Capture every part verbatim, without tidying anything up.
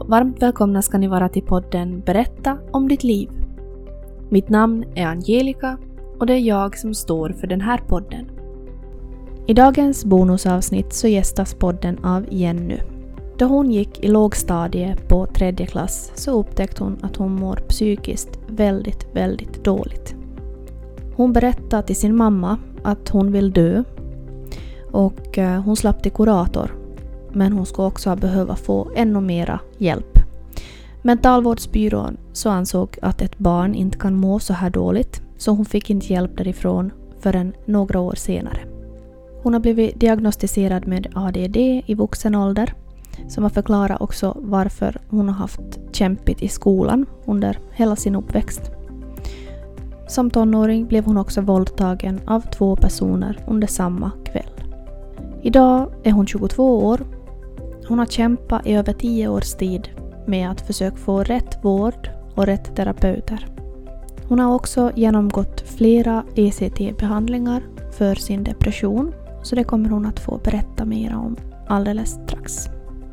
och varmt välkomna ska ni vara till podden Berätta om ditt liv. Mitt namn är Angelica och det är jag som står för den här podden. I dagens bonusavsnitt så gästas podden av Jenny. Då hon gick i lågstadiet på tredje klass så upptäckte hon att hon mår psykiskt väldigt, väldigt dåligt. Hon berättade till sin mamma att hon vill dö och hon slapp till kurator. Men hon ska också behöva få ännu mera hjälp. Mentalvårdsbyrån så ansåg att ett barn inte kan må så här dåligt, så hon fick inte hjälp därifrån förrän några år senare. Hon har blivit diagnostiserad med A D D i vuxen ålder, som har förklarat också varför hon har haft kämpigt i skolan under hela sin uppväxt. Som tonåring blev hon också våldtagen av två personer under samma kväll. Idag är hon tjugotvå år. Hon har kämpat i över tio års tid med att försöka få rätt vård och rätt terapeuter. Hon har också genomgått flera E C T-behandlingar för sin depression, så det kommer hon att få berätta mer om alldeles strax.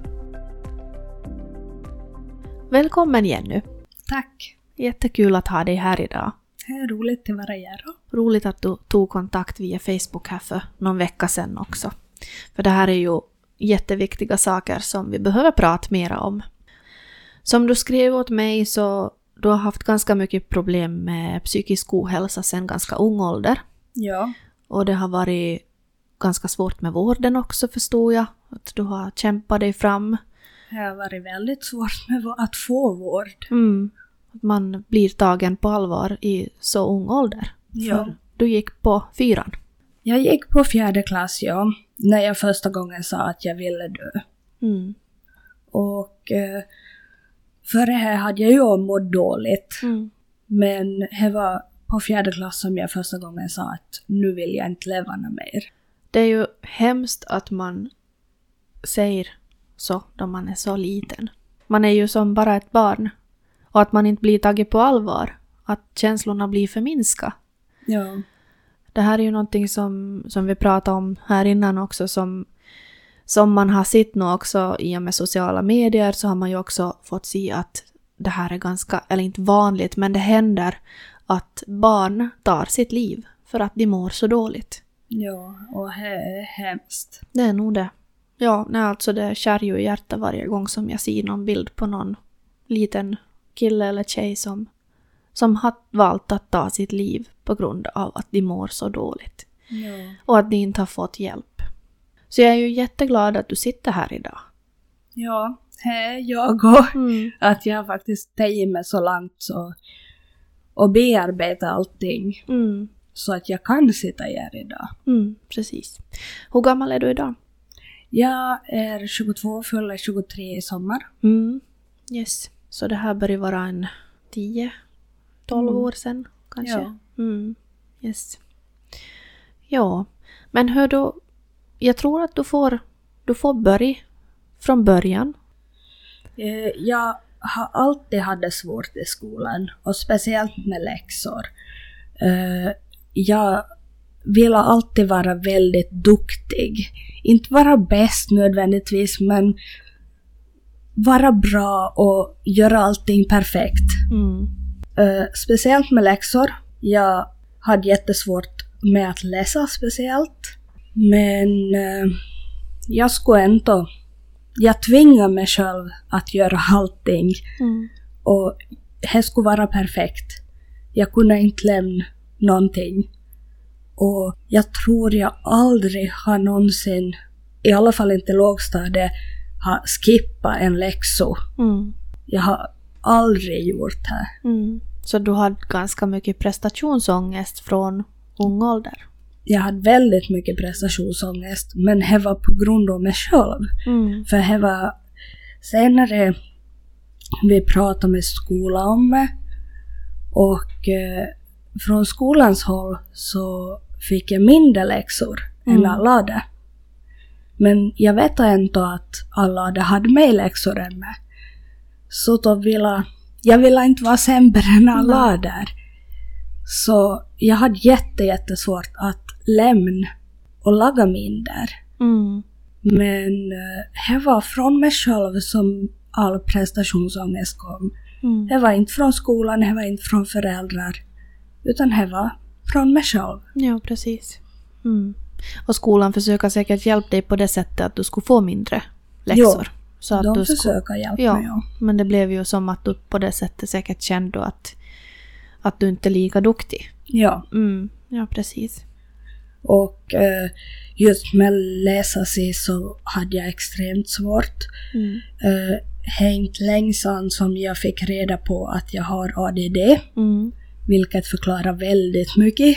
Välkommen Jenny. Tack. Jättekul att ha dig här idag. Det är roligt att vara här. Roligt att du tog kontakt via Facebook här för någon vecka sedan också. För det här är ju jätteviktiga saker som vi behöver prata mera om. Som du skrev åt mig så du har haft ganska mycket problem med psykisk ohälsa sedan ganska ung ålder. Ja. Och det har varit ganska svårt med vården också, förstår jag. Att du har kämpat dig fram. Det har varit väldigt svårt med att få vård. Mm. Att man blir tagen på allvar i så ung ålder. Ja. För du gick på fyran. Jag gick på fjärde klass, ja. När jag första gången sa att jag ville dö. Mm. Och eh, för det här hade jag ju mått dåligt. Mm. Men det var på fjärde klass som jag första gången sa att nu vill jag inte leva mer. Det är ju hemskt att man säger så då man är så liten. Man är ju som bara ett barn. Och att man inte blir taget på allvar. Att känslorna blir förminska. Ja. Det här är ju någonting som, som vi pratade om här innan också. Som, som man har sett nu också i och med sociala medier. Så har man ju också fått se att det här är ganska, eller inte vanligt. Men det händer att barn tar sitt liv. För att de mår så dåligt. Ja, och det är hemskt. Det är nog det. Ja, nej, alltså det skär ju i hjärtat varje gång som jag ser någon bild på någon liten kille eller tjej som, som har valt att ta sitt liv på grund av att de mår så dåligt. Ja. Och att de inte har fått hjälp. Så jag är ju jätteglad att du sitter här idag. Ja, det är jag och Mm. att jag faktiskt tagit mig så långt så, och bearbeta allting Mm. så att jag kan sitta här idag. Mm, precis. Hur gammal är du idag? Jag är tjugotvå, fyller tjugotre i sommar. Mm. Yes. Så det här börjar vara en tio tolv Mm. år sedan kanske. Ja. Mm. Yes. Ja, men hör du, jag tror att du får, du får börja från början. Eh, Jag har alltid haft det svårt i skolan och speciellt med läxor. Eh, Jag vill alltid vara väldigt duktig. Inte vara bäst nödvändigtvis, men vara bra och göra allting perfekt. Mm. Uh, speciellt med läxor. Jag hade jättesvårt med att läsa speciellt. Men uh, jag skulle ändå... Jag tvingade mig själv att göra allting. Mm. Och det skulle vara perfekt. Jag kunde inte lämna någonting. Och jag tror jag aldrig har någonsin, i alla fall inte lågstadiet, har skippat en läxa. Mm. Jag har aldrig gjort det. Mm. Så du hade ganska mycket prestationsångest från ung ålder? Jag hade väldigt mycket prestationsångest, men det var på grund av mig själv. Mm. För det var senare vi pratade med skolan om det. Och eh, från skolans håll så fick jag mindre läxor mm. än alla hade. Men jag vet ändå att alla hade mer läxor än mig. Så då ville jag ville inte vara sämre än alla mm. där. Så jag hade jätte, jättesvårt att lämna och laga min där. Mm. Men det var från mig själv som all prestationsångest kom. Mm. Det var inte från skolan, det var inte från föräldrar. Utan det var från mig själv. Ja, precis. Mm. Och skolan försöker säkert hjälpa dig på det sättet att du skulle få mindre läxor. Jo, så att de du försöker skulle... hjälpa ja, mig. Ja. Men det blev ju som att du på det sättet säkert kände att, att du inte är lika duktig. Ja. Mm. Ja, precis. Och eh, just med läsa sig så hade jag extremt svårt. Mm. Eh, det är inte länge sedan som jag fick reda på att jag har A D D. Mm. Vilket förklarar väldigt mycket.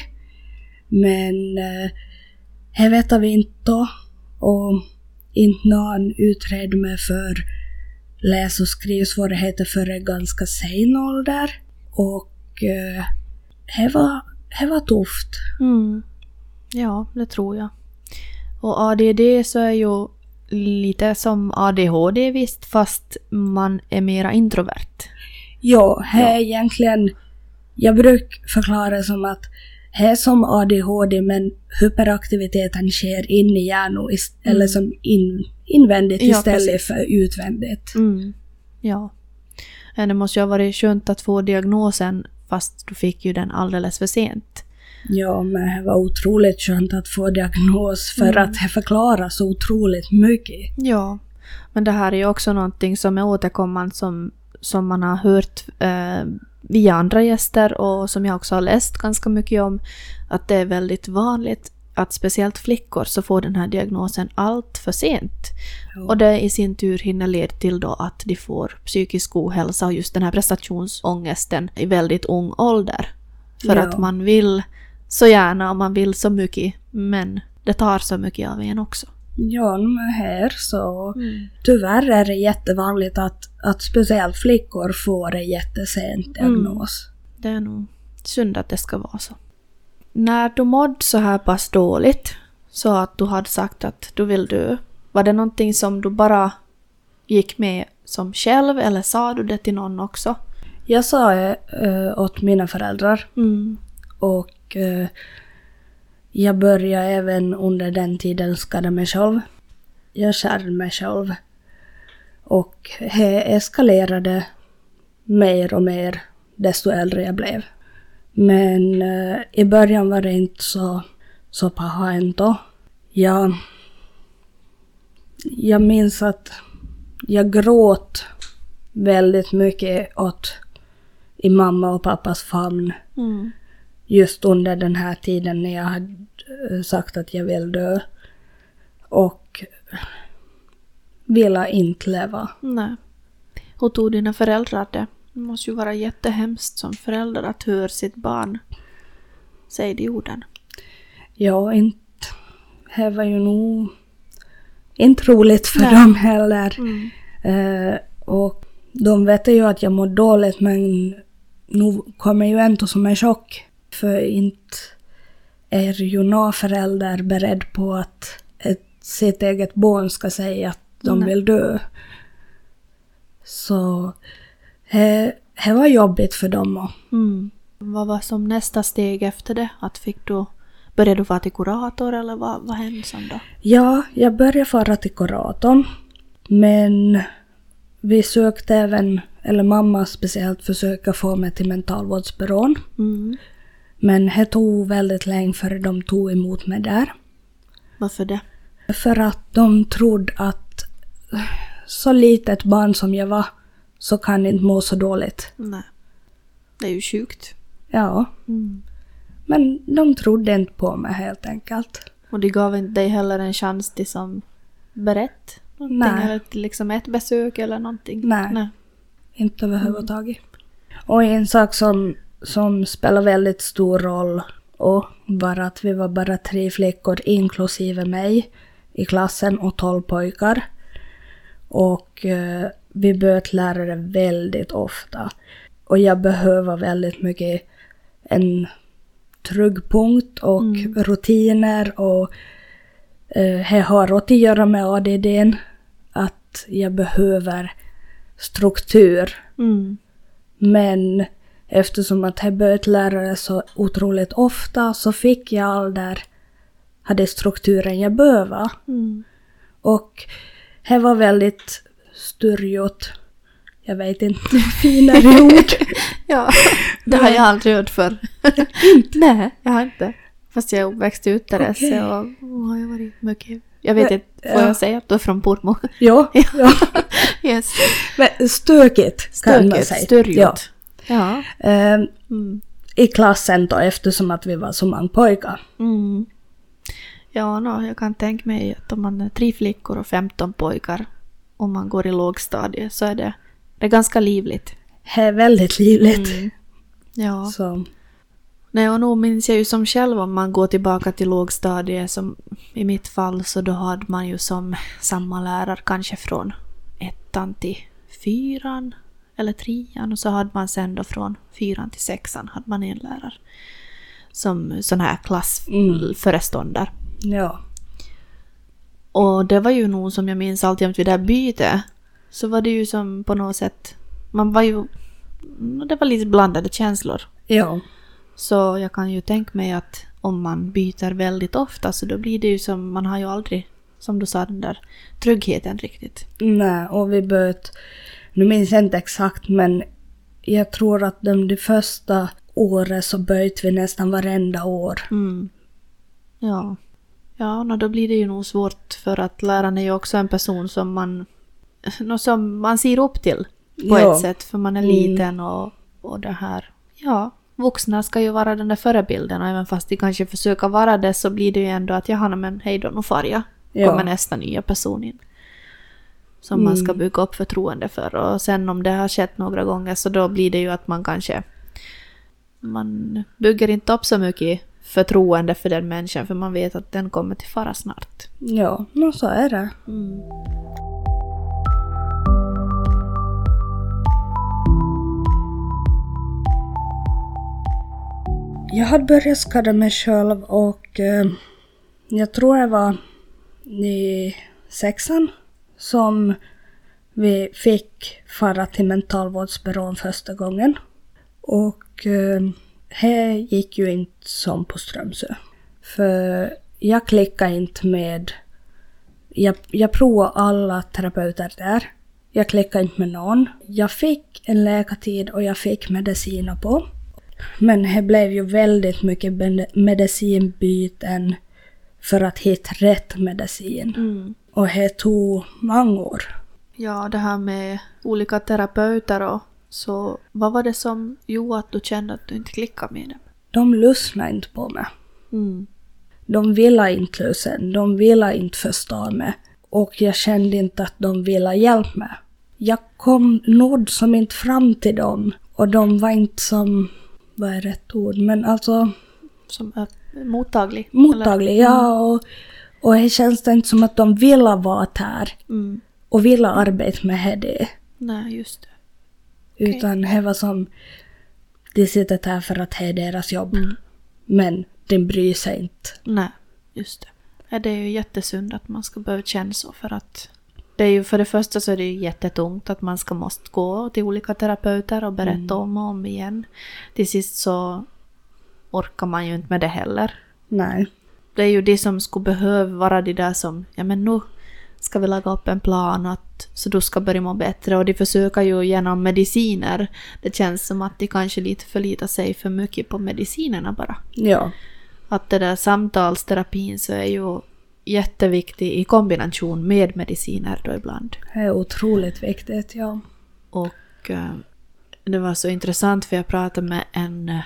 Men eh, det vet vi inte då. Och inte någon utredde mig för läs- och skrivsvårigheter för en ganska sen ålder. Och eh, det var, det var tufft. Mm. Ja, det tror jag. Och A D D så är ju lite som A D H D visst, fast man är mera introvert. Ja, det är egentligen, jag brukar förklara som att det är som A D H D men hyperaktiviteten sker in i hjärnan ist- Mm. eller som in, invändigt Ja, istället precis. för utvändigt. Mm. Ja. Det måste ju ha varit skönt att få diagnosen fast du fick ju den alldeles för sent. Ja, men det var otroligt skönt att få diagnos för Mm. att det förklarar så otroligt mycket. Ja, men det här är ju också någonting som är återkommande som, som man har hört eh, via andra gäster och som jag också har läst ganska mycket om, att det är väldigt vanligt att speciellt flickor så får den här diagnosen allt för sent. Ja. Och det i sin tur hinner leda till då att de får psykisk ohälsa och just den här prestationsångesten i väldigt ung ålder. För Ja. att man vill så gärna och man vill så mycket, men det tar så mycket av en också. Ja, men här så Mm. tyvärr är det jättevanligt att, att speciellt flickor får en jättesent diagnos. Det är nog synd att det ska vara så. När du mådde så här pass dåligt så att du hade sagt att du vill dö, var det någonting som du bara gick med som själv eller sa du det till någon också? Jag sa det äh, åt mina föräldrar Mm. och äh, jag började även under den tiden skada mig själv. Jag skärde mig själv. Och det eskalerade mer och mer desto äldre jag blev. Men äh, i början var det inte så, så paha ändå. Jag, jag minns att jag gråt väldigt mycket åt i mamma och pappas famn. Mm. Just under den här tiden när jag hade sagt att jag vill dö. Och ville inte leva. Nej. Hur tog dina föräldrar det? Det måste ju vara jättehemskt som förälder att höra sitt barn säga de orden. Ja, inte. Det var ju nog inte roligt för Nej. dem heller. Mm. Eh, och de vet ju att jag mår dåligt, men nu kommer ju ändå som en chock. För inte är ju någon förälder beredd på att ett, sitt eget barn ska säga att de Nej. vill dö. Så det, det var jobbigt för dem. Och, Mm. Vad var som nästa steg efter det? Att fick du, började du vara till kurator eller vad, vad hände sen då? ja, jag började fara till kuratorn. Men vi sökte även, eller mamma speciellt, försöka få mig till mentalvårdsbyrån. Mm. Men det tog väldigt länge för de tog emot mig där. Varför det? För att de trodde att så litet barn som jag var så kan inte må så dåligt. Nej. Det är ju sjukt. Ja, Mm. men de trodde inte på mig helt enkelt. Och de gav inte dig heller en chans till som berätt någonting Nej. eller till liksom ett besök eller någonting? Nej. Nej. Inte överhuvudtaget. Och en sak som, som spelar väldigt stor roll och var att vi var bara tre flickor inklusive mig i klassen och tolv pojkar. Och eh, vi bytte lärare väldigt ofta. Och jag behöver väldigt mycket en trygg punkt och Mm. rutiner. Och eh, det har att göra med A D D. Att jag behöver struktur. Mm. Men eftersom att jag bytte lärare så otroligt ofta så fick jag all där hade strukturen jag behöver. Mm. Och det var väldigt styrjot jag vet inte, finare ord. Ja, det har jag aldrig hört för. Nej, jag har inte. Fast jag är uppväxt ut där okay. Så och har jag varit mycket. Jag vet inte, får jag säga att du är från Pormo? Ja, ja. Yes. Men stökigt kan man säga. Störjigt. Ja. Ja. Um, mm. I klassen då, eftersom att vi var så många pojkar. Mm. Ja, no, jag kan tänka mig att om man är tre flickor och femton pojkar, om man går i lågstadiet, så är det, det är ganska livligt. Det är väldigt livligt. Mm. Ja. Så. Nej, och nog minns jag ju som själv om man går tillbaka till lågstadiet, som i mitt fall, så då hade man ju som samma lärare kanske från ettan till fyran eller trean, och så hade man sen då från fyran till sexan hade man en lärare som sån här klassföreståndare. Mm. Ja. Och det var ju nog som jag minns alltid vid det här bytet, så var det ju som på något sätt, man var ju, det var lite blandade känslor. Ja. Så jag kan ju tänka mig att om man byter väldigt ofta, så då blir det ju som, man har ju aldrig, som du sa, den där tryggheten riktigt. Nej, och vi böt, nu minns jag inte exakt, men jag tror att de, de första året så böt vi nästan varenda år. Mm. Ja. Ja, och då blir det ju nog svårt, för att läraren är ju också en person som man, som man ser upp till på ja. Ett sätt, för man är liten mm. och, och det här, ja. Vuxna ska ju vara den där förebilden, och även fast de kanske försöker vara det, så blir det ju ändå att jag har men hej då, nu far jag. Ja. Kommer nästa nya person in. Som mm. man ska bygga upp förtroende för. Och sen om det har skett några gånger, så då blir det ju att man kanske, man bygger inte upp så mycket förtroende för den människan, för man vet att den kommer till fara snart. Ja, men så är det. Mm. Jag hade börjat skada mig själv, och eh, jag tror det var i sexan som vi fick fara till mentalvårdsbyrån första gången. Och eh, här gick ju inte som på Strömsö. För jag klickade inte med, jag, jag provade alla terapeuter där. Jag klickade inte med någon. Jag fick en läkartid och jag fick mediciner på. Men det blev ju väldigt mycket medicinbyten för att hitta rätt medicin. Mm. Och det tog många år. Ja, det här med olika terapeuter och så, vad var det som gjorde att du kände att du inte klickade med dem? De lyssnade inte på mig. Mm. De ville inte lösa, de ville inte förstå mig. Och jag kände inte att de ville hjälpa mig. Jag kom nådd som inte fram till dem. Och de var inte som, vad är rätt ord, men alltså... Som är mottaglig. Mottaglig, eller? Ja. Och, och det känns inte som att de ville vara här. Mm. Och ville arbeta med det. Nej, just det. Utan okay. Det var som, de sitter här för att det är deras jobb. Mm. Men den bryr sig inte. Nej, just det. Ja, det är ju jättesynd att man ska behöva känna så, för att det är ju, för det första så är det ju jättetungt att man ska måste gå till olika terapeuter och berätta mm. om och om igen. Till sist så orkar man ju inte med det heller. Nej. Det är ju det som skulle behöva vara det där som, ja men nu ska vi lägga upp en plan att, så du ska börja må bättre, och de försöker ju genom mediciner. Det känns som att de kanske lite förlitar sig för mycket på medicinerna bara. Ja. Att det där samtalsterapin så är ju jätteviktig i kombination med mediciner då ibland. Det är otroligt viktigt, ja. Och eh, det var så intressant, för jag pratade med en,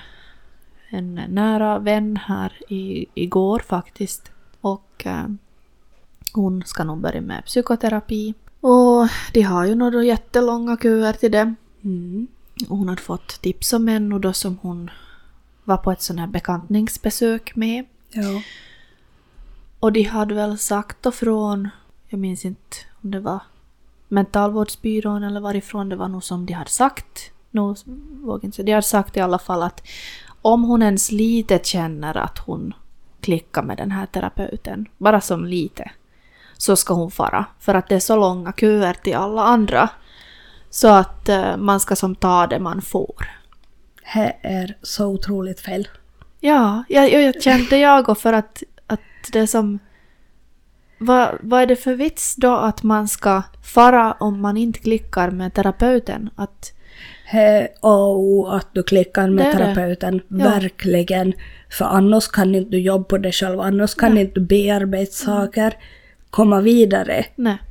en nära vän här i, igår faktiskt. Och eh, hon ska nog börja med psykoterapi. Och de har ju några jättelånga köer till det. Mm. Och hon hade fått tips om en och då som hon var på ett sån här bekantningsbesök med. Ja. Och de hade väl sagt då från, jag minns inte om det var mentalvårdsbyrån eller varifrån det var, nog som de hade sagt. Nog, vågar inte säga. De hade sagt i alla fall att om hon ens lite känner att hon klickar med den här terapeuten, bara som lite, så ska hon fara. För att det är så långa köer till alla andra. Så att uh, man ska som ta det man får. Det är så otroligt fel. Ja, jag, jag, jag kände jag och för att, att det är som... vad, vad är det för vits då att man ska fara om man inte klickar med terapeuten? Att He, oh, att du klickar med det terapeuten, det. Ja. verkligen. För annars kan inte du jobba på dig själv, annars kan Nej. inte du bearbeta saker, komma vidare. Nej.